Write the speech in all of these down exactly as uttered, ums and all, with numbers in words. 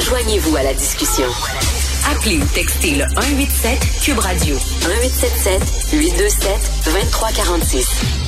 Joignez-vous à la discussion. Appelez ou textez le un huit sept Cube Radio. un huit sept sept huit deux sept deux trois quatre six.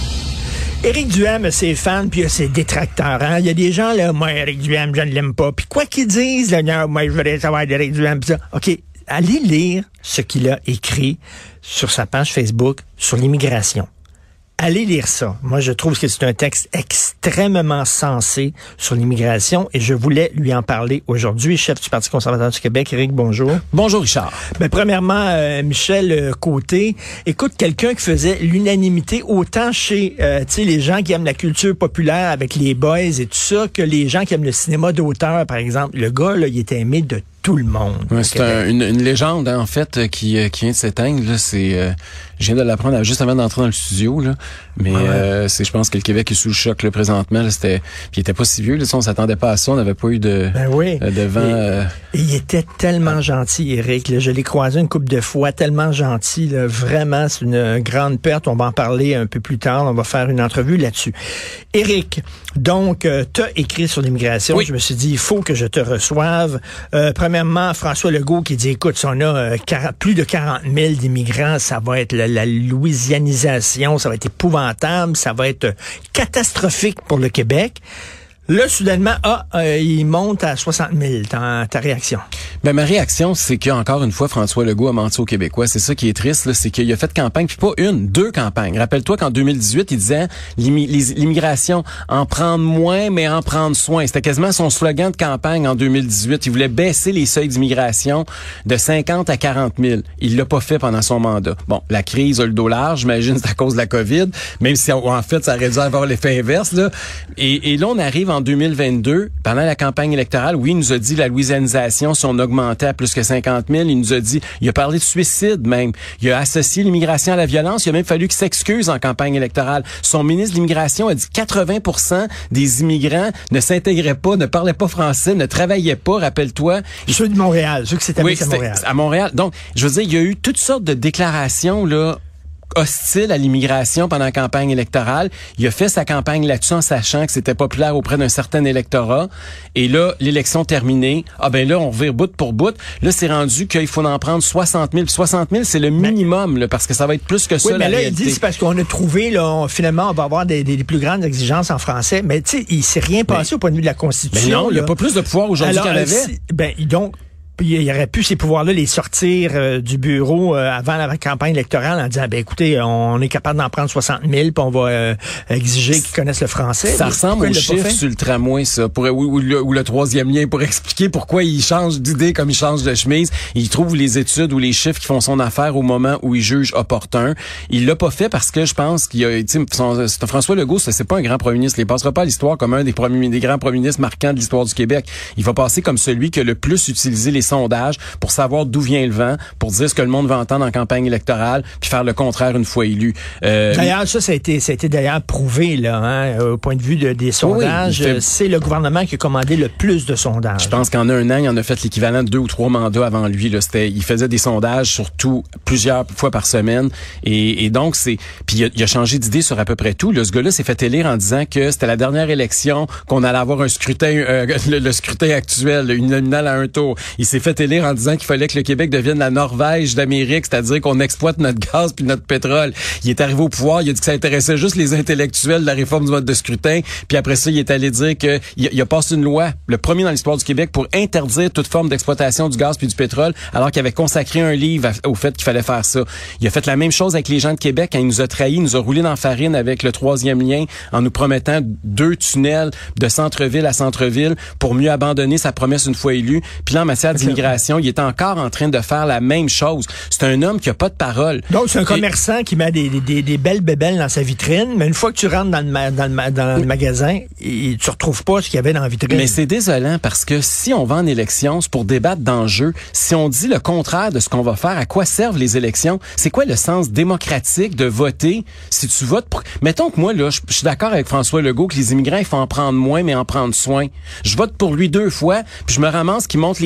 Éric Duhem a ses fans puis il a ses détracteurs. Hein? Il y a des gens, là, moi, Éric Duhem, je ne l'aime pas. Puis quoi qu'ils disent, là, non, moi, je voudrais savoir d'Éric Duhem. Pis ça. OK, allez lire ce qu'il a écrit sur sa page Facebook sur l'immigration. Allez lire ça. Moi, je trouve que c'est un texte extrêmement sensé sur l'immigration et je voulais lui en parler aujourd'hui. Chef du Parti conservateur du Québec, Éric, bonjour. Bonjour, Richard. Ben, premièrement, euh, Michel Côté, écoute, quelqu'un qui faisait l'unanimité autant chez euh, tu sais, les gens qui aiment la culture populaire avec les boys et tout ça, que les gens qui aiment le cinéma d'auteur, par exemple. Le gars, là, il était aimé de tout le monde. Ouais, c'est un, une, une légende, hein, en fait, qui, qui vient de s'éteindre. Là, c'est, euh, je viens de l'apprendre juste avant d'entrer dans le studio. Là, mais ouais. euh, c'est, je pense que le Québec est sous le choc là, présentement. Là, c'était, puis il était pas si vieux. Là, on s'attendait pas à ça. On n'avait pas eu de, ben oui. euh, de vent. Et, euh... et il était tellement gentil, Éric. Là, je l'ai croisé une couple de fois. Tellement gentil. Là, vraiment, c'est une grande perte. On va en parler un peu plus tard. On va faire une entrevue là-dessus. Éric, donc, euh, t'as écrit sur l'immigration. Oui. Je me suis dit, il faut que je te reçoive. Euh, premièrement, François Legault qui dit, écoute, si on a euh, quarante, plus de quarante mille d'immigrants, ça va être la, la louisianisation, ça va être épouvantable, ça va être euh, catastrophique pour le Québec. Là, soudainement, ah, euh, il monte à soixante mille. Ta, ta réaction? Ben, ma réaction, c'est qu'encore une fois, François Legault a menti aux Québécois. C'est ça qui est triste, là, c'est qu'il a fait campagne, puis pas une, deux campagnes. Rappelle-toi qu'en deux mille dix-huit, il disait l'immigration, en prendre moins, mais en prendre soin. C'était quasiment son slogan de campagne en deux mille dix-huit. Il voulait baisser les seuils d'immigration de cinquante à quarante mille. Il l'a pas fait pendant son mandat. Bon, la crise a le dos large, j'imagine, c'est à cause de la COVID, même si, en fait, ça aurait dû avoir l'effet inverse, là. Et, et là, on arrive en en deux mille vingt-deux, pendant la campagne électorale, oui, il nous a dit la louisianisation, si on augmentait à plus que cinquante mille, il nous a dit, il a parlé de suicide même. Il a associé l'immigration à la violence. Il a même fallu qu'il s'excuse en campagne électorale. Son ministre de l'immigration a dit quatre-vingts pour cent des immigrants ne s'intégraient pas, ne parlaient pas français, ne travaillaient pas, rappelle-toi. Ceux de Montréal, ceux qui s'étaient oui, à Montréal. à Montréal. Donc, je veux dire, il y a eu toutes sortes de déclarations, là, hostile à l'immigration pendant la campagne électorale. Il a fait sa campagne là-dessus en sachant que c'était populaire auprès d'un certain électorat. Et là, l'élection terminée, ah ben là, on revire bout pour bout. Là, c'est rendu qu'il faut en prendre soixante mille. soixante mille, c'est le minimum, là, parce que ça va être plus que ça, oui, mais la là, réalité. il dit, c'est parce qu'on a trouvé, là, on, finalement, on va avoir des, des, des plus grandes exigences en français. Mais tu sais, il s'est rien passé mais, au point de vue de la Constitution. Mais non, là. il n'y a pas plus de pouvoir aujourd'hui qu'il y en avait. Ben, donc, il aurait pu ces pouvoirs-là les sortir euh, du bureau euh, avant la campagne électorale en disant, ben écoutez, on est capable d'en prendre soixante mille, puis on va euh, exiger qu'ils connaissent le français. Ça ressemble au chiffre sur le tramway, ça, pour, ou, ou, le, ou le troisième lien, pour expliquer pourquoi il change d'idée comme il change de chemise. Il trouve les études ou les chiffres qui font son affaire au moment où il juge opportun. Il l'a pas fait parce que je pense qu'il y a, tu sais, François Legault, ça, c'est pas un grand premier ministre. Il passera pas à l'histoire comme un des, premiers, des grands premiers ministres marquants de l'histoire du Québec. Il va passer comme celui qui a le plus utilisé les sondages pour savoir d'où vient le vent, pour dire ce que le monde va entendre en campagne électorale, puis faire le contraire une fois élu. Euh, d'ailleurs, ça, ça a été, ça a été d'ailleurs prouvé, là, hein, au point de vue de, des sondages. Oui, fait... C'est le gouvernement qui a commandé le plus de sondages. Je pense qu'en un an, il en a fait l'équivalent de deux ou trois mandats avant lui. Là. C'était, il faisait des sondages surtout plusieurs fois par semaine. Et, et donc, c'est... Puis il a, il a changé d'idée sur à peu près tout. Là, ce gars-là s'est fait élire en disant que c'était la dernière élection, qu'on allait avoir un scrutin, euh, le, le scrutin actuel, une nominale à un tour. Il s'est fait élire en disant qu'il fallait que le Québec devienne la Norvège d'Amérique, c'est-à-dire qu'on exploite notre gaz puis notre pétrole. Il est arrivé au pouvoir, il a dit que ça intéressait juste les intellectuels de la réforme du mode de scrutin, puis après ça, il est allé dire que il, il a passé une loi, le premier dans l'histoire du Québec, pour interdire toute forme d'exploitation du gaz puis du pétrole, alors qu'il avait consacré un livre à, au fait qu'il fallait faire ça. Il a fait la même chose avec les gens de Québec quand il nous a trahis, il nous a roulé dans la farine avec le troisième lien en nous promettant deux tunnels de centre-ville à centre-ville pour mieux abandonner sa promesse une fois élu. Puis là, en matière d'immigration, il est encore en train de faire la même chose. C'est un homme qui a pas de parole. Donc, c'est un et... commerçant qui met des, des, des belles bébelles dans sa vitrine, mais une fois que tu rentres dans le, ma, dans le, dans le magasin, et tu retrouves pas ce qu'il y avait dans la vitrine. Mais c'est désolant parce que si on va en élection, c'est pour débattre d'enjeux. Si on dit le contraire de ce qu'on va faire, à quoi servent les élections? C'est quoi le sens démocratique de voter si tu votes pour... Mettons que moi, là, je, je suis d'accord avec François Legault que les immigrants, il faut en prendre moins, mais en prendre soin. Je vote pour lui deux fois, puis je me ramasse qu'il monte les seuils d'immigration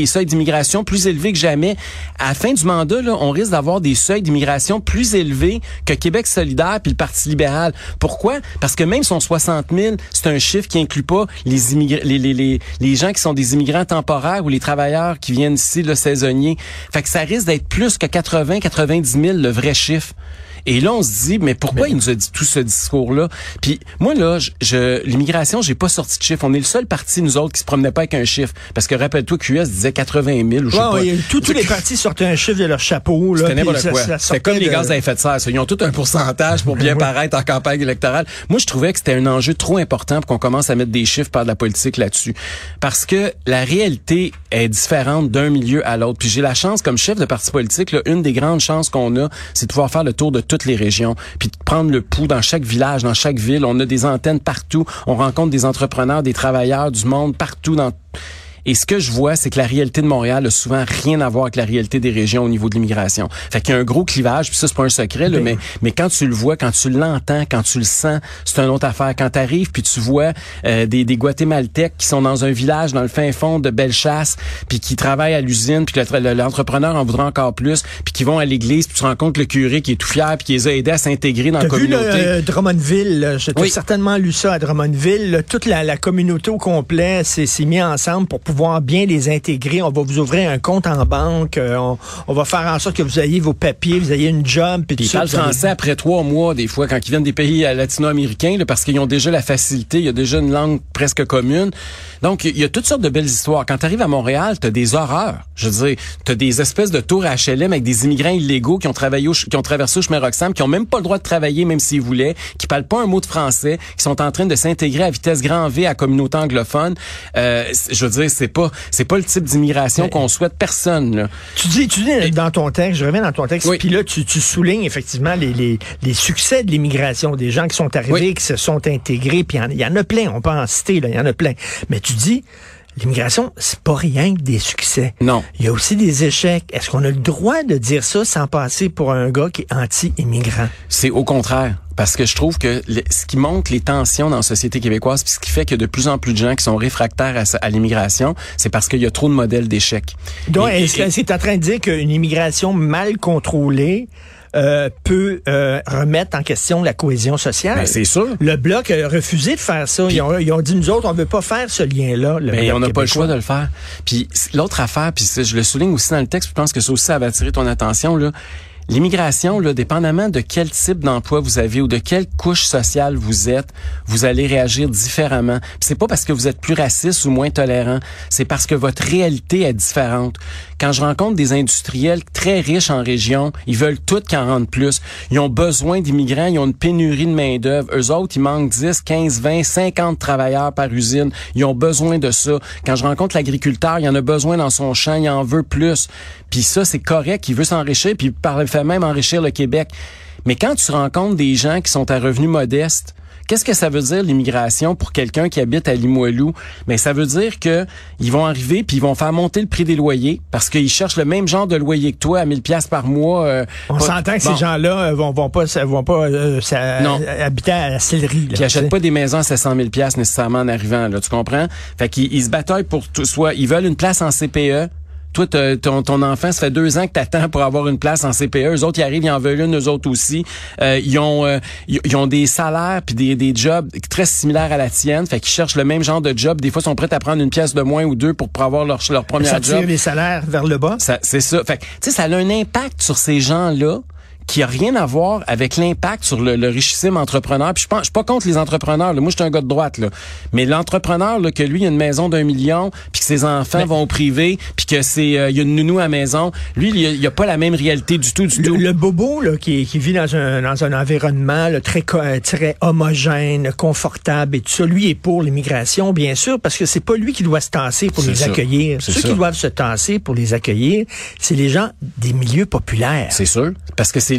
d'immigration plus élevé que jamais. À la fin du mandat, là, on risque d'avoir des seuils d'immigration plus élevés que Québec solidaire puis le Parti libéral. Pourquoi? Parce que même son soixante mille, c'est un chiffre qui inclut pas les immigrés, les, les, les, les gens qui sont des immigrants temporaires ou les travailleurs qui viennent ici, le saisonnier. Fait que ça risque d'être plus que quatre-vingts à quatre-vingt-dix mille, le vrai chiffre. Et là, on se dit, mais pourquoi mais... il nous a dit tout ce discours-là? Puis moi, là, je, je l'immigration, j'ai pas sorti de chiffre. On est le seul parti, nous autres, qui se promenait pas avec un chiffre. Parce que, rappelle-toi, Q S disait quatre-vingt mille, ou je sais ouais, pas. Ouais, tous, tous les partis sortaient un chiffre de leur chapeau. Là, c'était n'importe quoi. C'était comme de... les gaz à effet de serre. Ils ont tout un pourcentage pour bien paraître en campagne électorale. Moi, je trouvais que c'était un enjeu trop important pour qu'on commence à mettre des chiffres par de la politique là-dessus. Parce que la réalité est différente d'un milieu à l'autre. Puis j'ai la chance, comme chef de parti politique, là, une des grandes chances qu'on a, c'est de pouvoir faire le tour de toutes les régions. Puis de prendre le pouls dans chaque village, dans chaque ville. On a des antennes partout. On rencontre des entrepreneurs, des travailleurs du monde partout dans... Et ce que je vois, c'est que la réalité de Montréal a souvent rien à voir avec la réalité des régions au niveau de l'immigration. Fait qu'il y a un gros clivage, puis ça, c'est pas un secret, là, mais, mais quand tu le vois, quand tu l'entends, quand tu le sens, c'est une autre affaire. Quand t'arrives, puis tu vois euh, des, des Guatémaltèques qui sont dans un village dans le fin fond de Bellechasse, puis qui travaillent à l'usine, puis que le, l'entrepreneur en voudra encore plus, puis qui vont à l'église, puis tu rencontres le curé qui est tout fier, puis qui les a aidés à s'intégrer dans T'as la communauté. T'as vu le, euh, Drummondville, j'ai oui. certainement lu ça à Drummondville. Là, toute la, la communauté au complet s'est, s'est mis ensemble pour pouvoir bien les intégrer. On va vous ouvrir un compte en banque. Euh, on, on va faire en sorte que vous ayez vos papiers, vous ayez une job. Puis ils parlent français avez... après trois mois, des fois, quand ils viennent des pays latino-américains, là, parce qu'ils ont déjà la facilité, il y a déjà une langue presque commune. Donc, il y a toutes sortes de belles histoires. Quand tu arrives à Montréal, tu as des horreurs. Je veux dire, tu as des espèces de tours à H L M avec des immigrants illégaux qui ont travaillé au, qui ont traversé au chemin Roxham, qui ont même pas le droit de travailler, même s'ils voulaient, qui parlent pas un mot de français, qui sont en train de s'intégrer à vitesse grand V à la communauté anglophone. Euh, je veux dire, c'est pas c'est pas le type d'immigration qu'on souhaite personne. Là. Tu dis, tu dis dans ton texte, je reviens dans ton texte, oui. puis là, tu, tu soulignes effectivement les, les, les succès de l'immigration, des gens qui sont arrivés, oui. qui se sont intégrés, puis il y, y en a plein, on peut en citer, il y en a plein. Mais tu dis, l'immigration, c'est pas rien que des succès. Non. Il y a aussi des échecs. Est-ce qu'on a le droit de dire ça sans passer pour un gars qui est anti-immigrant? C'est au contraire. Parce que je trouve que le, ce qui montre les tensions dans la société québécoise, puis ce qui fait qu'il y a de plus en plus de gens qui sont réfractaires à, à l'immigration, c'est parce qu'il y a trop de modèles d'échecs. Donc, et, est-ce que c'est en train de dire qu'une immigration mal contrôlée euh, peut euh, remettre en question la cohésion sociale? Ben, c'est sûr. Le Bloc a refusé de faire ça. Puis, ils, ont, ils ont dit, nous autres, on veut pas faire ce lien-là. Mais on n'a pas le choix de le faire. Puis l'autre affaire, puis je le souligne aussi dans le texte, je pense que ça aussi ça va attirer ton attention, là. L'immigration, là, dépendamment de quel type d'emploi vous avez ou de quelle couche sociale vous êtes, vous allez réagir différemment. Puis c'est pas parce que vous êtes plus raciste ou moins tolérant, c'est parce que votre réalité est différente. Quand je rencontre des industriels très riches en région, ils veulent tout qu'en rendre plus. Ils ont besoin d'immigrants, ils ont une pénurie de main-d'œuvre. Eux autres, ils manquent dix, quinze, vingt, cinquante travailleurs par usine. Ils ont besoin de ça. Quand je rencontre l'agriculteur, il en a besoin dans son champ, il en veut plus. Puis ça, c'est correct, il veut s'enrichir, puis par le fait même enrichir le Québec. Mais quand tu rencontres des gens qui sont à revenus modestes, qu'est-ce que ça veut dire l'immigration pour quelqu'un qui habite à Limoilou? Mais ça veut dire que ils vont arriver puis ils vont faire monter le prix des loyers parce qu'ils cherchent le même genre de loyer que toi à mille pièces par mois. Euh, On pas, s'entend que bon. Ces gens-là vont vont pas vont pas euh, ça, non. habiter à la Sillery. Là, ils achètent pas des maisons à sept cent mille pièces nécessairement en arrivant. Là, tu comprends? Fait qu'ils ils se bataillent pour tout. Soit ils veulent une place en C P E. Toi, ton, ton enfant, ça fait deux ans que t'attends pour avoir une place en C P E. Eux autres, ils arrivent, ils en veulent une, eux autres aussi. Euh, ils ont euh, ils ont des salaires puis des, des jobs très similaires à la tienne. Fait qu'ils cherchent le même genre de job. Des fois, ils sont prêts à prendre une pièce de moins ou deux pour, pour avoir leur, leur première job. Ça tire les salaires vers le bas. Ça, c'est ça. Fait que, tu sais, ça a un impact sur ces gens-là qui a rien à voir avec l'impact sur le, le richissime entrepreneur. Puis je pense, je suis pas contre les entrepreneurs. Là. Moi, je suis un gars de droite, là. Mais l'entrepreneur, là, que lui, il a une maison d'un million, puis que ses enfants mais, vont au privé, puis que c'est, euh, il y a une nounou à la maison. Lui, il a, il a pas la même réalité du tout, du le, tout. Le bobo, là, qui, qui vit dans un, dans un environnement là, très, très homogène, confortable et tout ça, lui est pour l'immigration, bien sûr, parce que c'est pas lui qui doit se tasser pour c'est les ça. accueillir. C'est Ceux ça. qui doivent se tasser pour les accueillir, c'est les gens des milieux populaires. C'est sûr. Parce que c'est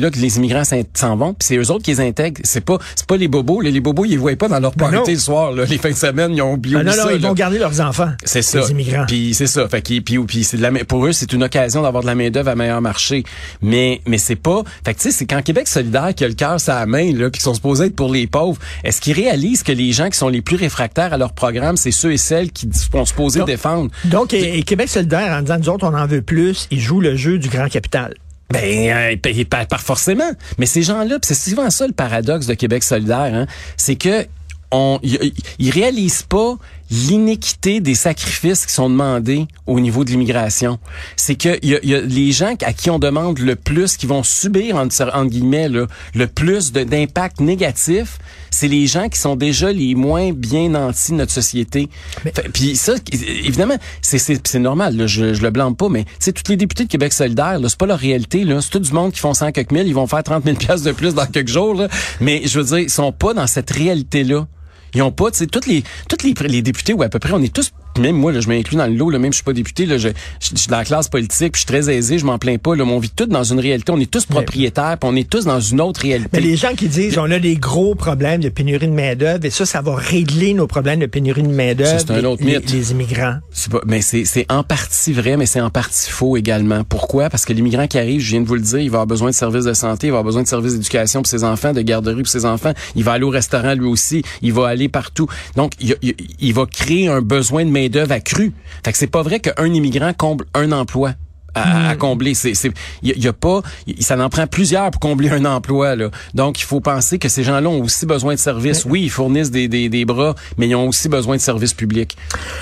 là que les immigrants s'en vont, puis c'est eux autres qui les intègrent. C'est pas c'est pas les bobos. Les, les bobos, ils les voient pas dans leur party le soir. Là. Les fins de semaine, ils ont oublié ben non, ça. Non, ils là. vont garder leurs enfants. C'est ça. Les immigrants. Puis c'est ça. Fait puis, puis, puis c'est de la, pour eux, c'est une occasion d'avoir de la main-d'œuvre à meilleur marché. Mais mais c'est pas. Fait que tu sais, c'est quand Québec solidaire qui a le cœur sur la main, là, puis qui sont supposés être pour les pauvres. Est-ce qu'ils réalisent que les gens qui sont les plus réfractaires à leur programme, c'est ceux et celles qui sont supposés donc, défendre? Donc, et, et Québec solidaire, en disant, nous autres, on en veut plus, ils jouent le jeu du grand capital. Ben, euh, pas, pas forcément. Mais ces gens-là, c'est souvent ça le paradoxe de Québec solidaire, hein, c'est que on, ils, ils réalisent pas l'inéquité des sacrifices qui sont demandés au niveau de l'immigration. C'est que il y a, y a les gens à qui on demande le plus, qui vont subir entre, entre guillemets là, le plus de, d'impact négatif, c'est les gens qui sont déjà les moins bien nantis de notre société. Mais... Puis ça, évidemment, c'est, c'est, c'est normal. Là, je, je le blâme pas, mais tu sais, tous les députés de Québec solidaire, là, c'est pas leur réalité. Là, c'est tout du monde qui font cent quelques mille, ils vont faire trente mille piastres de plus dans quelques jours. Là. Mais je veux dire, ils sont pas dans cette réalité-là. Ils ont pas, tu sais, toutes les, toutes les, les députés, ou à peu près, on est tous, même moi, là, je m'inclus dans le lot, là, même je suis pas député, là, je, je, je suis dans la classe politique, puis je suis très aisé, je m'en plains pas, là, mais on vit tous dans une réalité, on est tous propriétaires, puis on est tous dans une autre réalité. Mais les gens qui disent, on a des gros problèmes de pénurie de main-d'œuvre, et ça, ça va régler nos problèmes de pénurie de main-d'œuvre. C'est un autre les, mythe. Les, les immigrants. C'est pas, mais c'est, c'est en partie vrai, mais c'est en partie faux également. Pourquoi? Parce que l'immigrant qui arrive, je viens de vous le dire, il va avoir besoin de services de santé, il va avoir besoin de services d'éducation pour ses enfants, de garderie pour ses enfants, il va aller au restaurant lui aussi, il va aller partout. Donc, il, il, il va créer un besoin de main-d'œuvre accru. Fait que c'est pas vrai qu'un immigrant comble un emploi à, à combler. C'est, c'est, il y, y a pas, y, ça en prend plusieurs pour combler un emploi, là. Donc, il faut penser que ces gens-là ont aussi besoin de services. Oui, ils fournissent des, des, des bras, mais ils ont aussi besoin de services publics.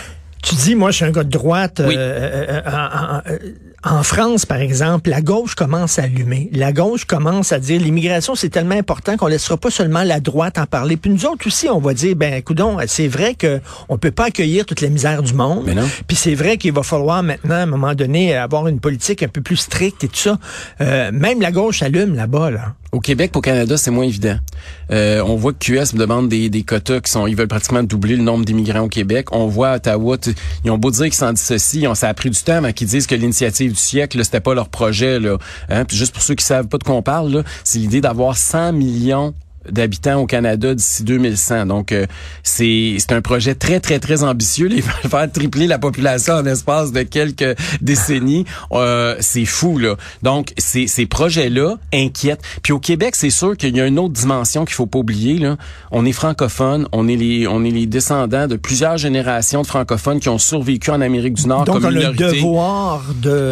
Tu dis, moi, je suis un gars de droite. Oui. Euh, en, en, en France, par exemple, la gauche commence à allumer. La gauche commence à dire, l'immigration, c'est tellement important qu'on laissera pas seulement la droite en parler. Puis nous autres aussi, on va dire, ben, coudonc, c'est vrai que on peut pas accueillir toute la misère du monde. Mais non. Puis c'est vrai qu'il va falloir maintenant, à un moment donné, avoir une politique un peu plus stricte et tout ça. Euh, même la gauche allume là-bas, là. Au Québec, au Canada, c'est moins évident. Euh, on voit que Q S me demande des, des quotas qui sont, ils veulent pratiquement doubler le nombre d'immigrants au Québec. On voit à Ottawa, ils ont beau dire qu'ils s'en dissocient, ça a pris du temps avant qu'ils disent que l'initiative du siècle, là, c'était pas leur projet, là. Hein? Puis juste pour ceux qui savent pas de quoi on parle, là, c'est l'idée d'avoir cent millions d'habitants au Canada d'ici deux mille cent. Donc, euh, c'est c'est un projet très, très, très ambitieux. Ils veulent faire tripler la population en espace de quelques décennies. Euh, c'est fou, là. Donc, ces, ces projets-là inquiètent. Puis au Québec, c'est sûr qu'il y a une autre dimension qu'il faut pas oublier, là. On est francophone, on est les on est les descendants de plusieurs générations de francophones qui ont survécu en Amérique du Nord donc comme minorité. Donc, on a le devoir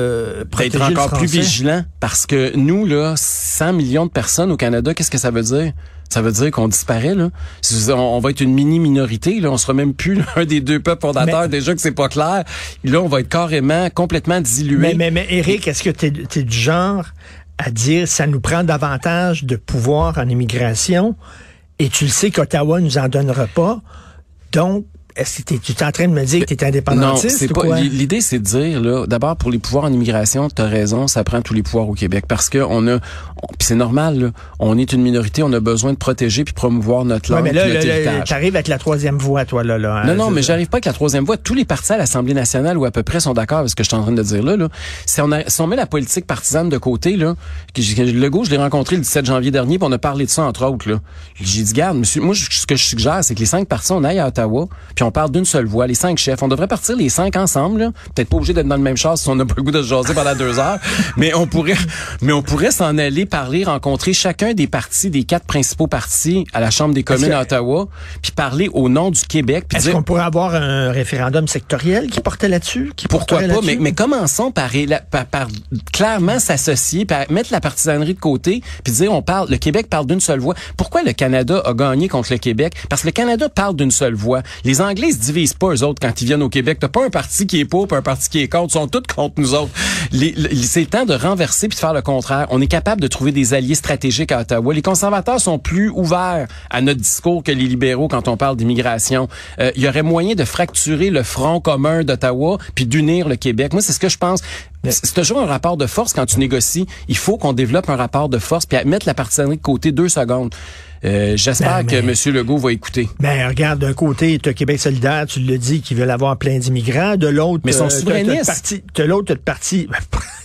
de protéger d'être encore le plus français. vigilant. Parce que nous, là, cent millions de personnes au Canada, qu'est-ce que ça veut dire? Ça veut dire qu'on disparaît, là. On va être une mini-minorité, là. On sera même plus un des deux peuples fondateurs, mais, déjà que c'est pas clair. Là, on va être carrément, complètement dilué. Mais, mais, mais Éric, est-ce que t'es, t'es du genre à dire ça nous prend davantage de pouvoir en immigration et tu le sais qu'Ottawa nous en donnera pas? Donc, est-ce que tu es en train de me dire que tu es indépendantiste? Non, c'est ou pas. quoi? L'idée, c'est de dire, là, d'abord, pour les pouvoirs en immigration, tu as raison, ça prend tous les pouvoirs au Québec. Parce que on a, puis c'est normal, là, on est une minorité, on a besoin de protéger puis promouvoir notre langue, ouais, mais là, notre là, héritage. T'arrives avec la troisième voie, toi, là. là non, hein, non, mais ça. j'arrive pas avec la troisième voie. Tous les partis à l'Assemblée nationale, ou à peu près, sont d'accord avec ce que je suis en train de dire là. là. Si, on a, si on met la politique partisane de côté, là, que, que Legault, je l'ai rencontré le dix-sept janvier dernier, puis on a parlé de ça, entre autres. Là. J'ai dit, garde, monsieur, moi, ce que je suggère, c'est que les cinq partis, on aille à Ottawa, puis on parle d'une seule voix. Les cinq chefs. On devrait partir les cinq ensemble, là. Peut-être pas obligé d'être dans le même char si on n'a pas le goût de se jaser pendant deux heures. Mais on pourrait, mais on pourrait s'en aller parler, rencontrer chacun des partis, des quatre principaux partis à la Chambre des communes que, à Ottawa, puis parler au nom du Québec. Puis est-ce dire, qu'on pourrait avoir un référendum sectoriel qui portait là-dessus? Qui pourquoi pas? là-dessus? Mais, mais commençons par, par, par clairement s'associer, par mettre la partisanerie de côté, puis dire on parle, le Québec parle d'une seule voix. Pourquoi le Canada a gagné contre le Québec? Parce que le Canada parle d'une seule voix. Les Anglais se divisent pas, eux autres, quand ils viennent au Québec. T'as pas un parti qui est pour, un parti qui est contre. Ils sont tous contre nous autres. Les, les, c'est le temps de renverser puis de faire le contraire. On est capable de trouver des alliés stratégiques à Ottawa. Les conservateurs sont plus ouverts à notre discours que les libéraux quand on parle d'immigration. Euh, il y aurait moyen de fracturer le front commun d'Ottawa puis d'unir le Québec. Moi, c'est ce que je pense. C'est toujours un rapport de force quand tu négocies. Il faut qu'on développe un rapport de force puis mettre la partisanerie de côté deux secondes. Euh, j'espère ben, mais, que M. Legault va écouter. Ben, regarde, d'un côté, tu as Québec solidaire, tu le dis, qui veulent avoir plein d'immigrants. De l'autre, mais ils sont euh, souverainistes. T'as, t'as, t'as l'autre, t'as le parti...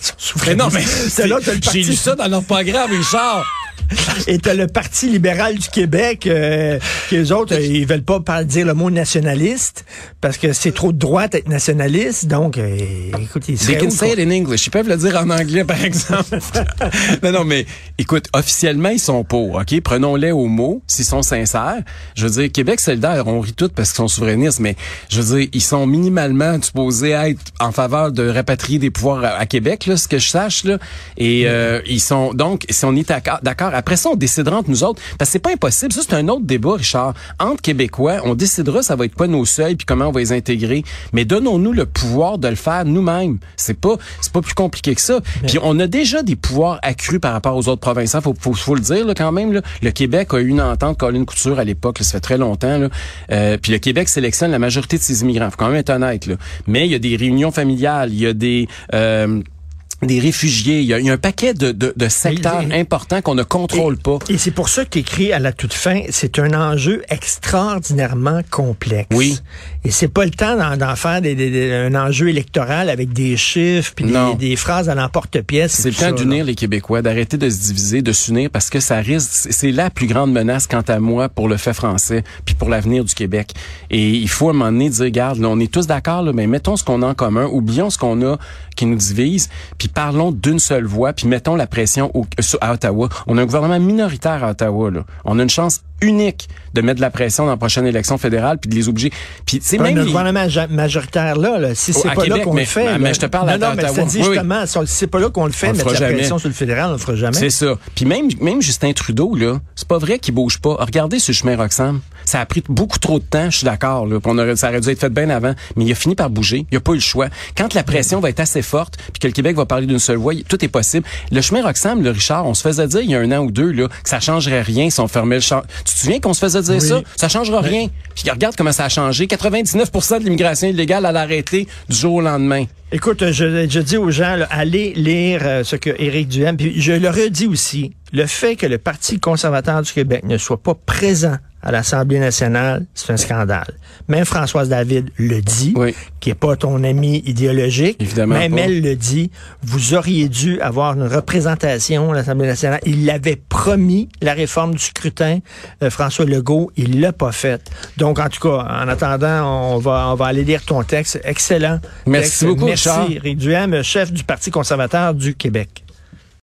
Mais non, mais c'est là, t'as le parti... j'ai lu ça dans leur programme, Richard. Et t'as le Parti libéral du Québec, euh, qui eux autres, euh, ils veulent pas par- dire le mot nationaliste, parce que c'est trop de droite être nationaliste, donc, euh, écoute, ils They can say it in English. Ils peuvent le dire en anglais, par exemple. non, non, mais écoute, officiellement, ils sont pour, OK? Prenons-les au mot, s'ils sont sincères. Je veux dire, Québec solidaire, on rit tout parce qu'ils sont souverainistes, mais je veux dire, ils sont minimalement supposés être en faveur de rapatrier des pouvoirs à, à Québec, là, ce que je sache, là. Et euh, ils sont, donc, si on est d'accord, après ça, on décidera entre nous autres, parce que c'est pas impossible. Ça, c'est un autre débat, Richard. Entre Québécois, on décidera ça va être quoi nos seuils puis comment on va les intégrer. Mais donnons-nous le pouvoir de le faire nous-mêmes. C'est pas, c'est pas plus compliqué que ça. Mais... Puis on a déjà des pouvoirs accrus par rapport aux autres provinces. Faut, faut, faut le dire, là, quand même, là. Le Québec a eu une entente, Colin Couture à l'époque, là, ça fait très longtemps, là. Euh, puis le Québec sélectionne la majorité de ses immigrants. Faut quand même être honnête, là. Mais il y a des réunions familiales, il y a des, euh, des réfugiés, il y a, il y a un paquet de, de, de secteurs et, importants qu'on ne contrôle et, pas. Et c'est pour ça qu'écrit à la toute fin, c'est un enjeu extraordinairement complexe. Oui. Et c'est pas le temps d'en, d'en faire des, des, des, un enjeu électoral avec des chiffres puis des, des phrases à l'emporte-pièce. C'est le temps d'unir les Québécois, d'arrêter de se diviser, de s'unir parce que ça risque, c'est la plus grande menace quant à moi pour le fait français puis pour l'avenir du Québec. Et il faut à un moment donné dire, regarde, là, on est tous d'accord, là, mais mettons ce qu'on a en commun, oublions ce qu'on a qui nous divise, puis parlons d'une seule voix, puis mettons la pression au, à Ottawa. On a un gouvernement minoritaire à Ottawa, là. On a une chance unique de mettre de la pression dans la prochaine élection fédérale puis de les obliger. Puis c'est même le les... gouvernement majoritaire là, là si c'est pas Québec, là qu'on mais, le fait. Mais, là, mais je te parle non, à non, Ottawa. mais ça dit oui, justement, oui. si c'est pas là qu'on le fait, on mettre le la jamais. pression sur le fédéral, on le fera jamais. C'est ça. Puis même même Justin Trudeau là, c'est pas vrai qu'il bouge pas. Regardez ce chemin Roxham. Ça a pris beaucoup trop de temps, je suis d'accord là. On aurait, ça aurait dû être fait bien avant, mais il a fini par bouger. Il a pas eu le choix. Quand la pression va être assez forte, puis que le Québec va parler d'une seule voix, tout est possible. Le chemin Roxham, le Richard, on se faisait dire il y a un an ou deux là que ça changerait rien si on fermait le champ. Tu te souviens qu'on se faisait dire oui. ça? Ça changera oui. rien. Puis regarde comment ça a changé. quatre-vingt-dix-neuf pour cent de l'immigration illégale à l'arrêté du jour au lendemain. Écoute, je, je dis aux gens, là, allez lire euh, ce que Éric Duhaime, puis je le redis aussi, le fait que le Parti conservateur du Québec ne soit pas présent à l'Assemblée nationale, c'est un scandale. Même Françoise David le dit, oui. qui est pas ton ami idéologique. Évidemment Même pas. elle le dit. Vous auriez dû avoir une représentation à l'Assemblée nationale. Il l'avait promis, la réforme du scrutin, euh, François Legault. Il l'a pas faite. Donc, en tout cas, en attendant, on va, on va aller lire ton texte. Excellent. Merci texte. beaucoup, Merci, Richard. Éric Duhaime, chef du Parti conservateur du Québec.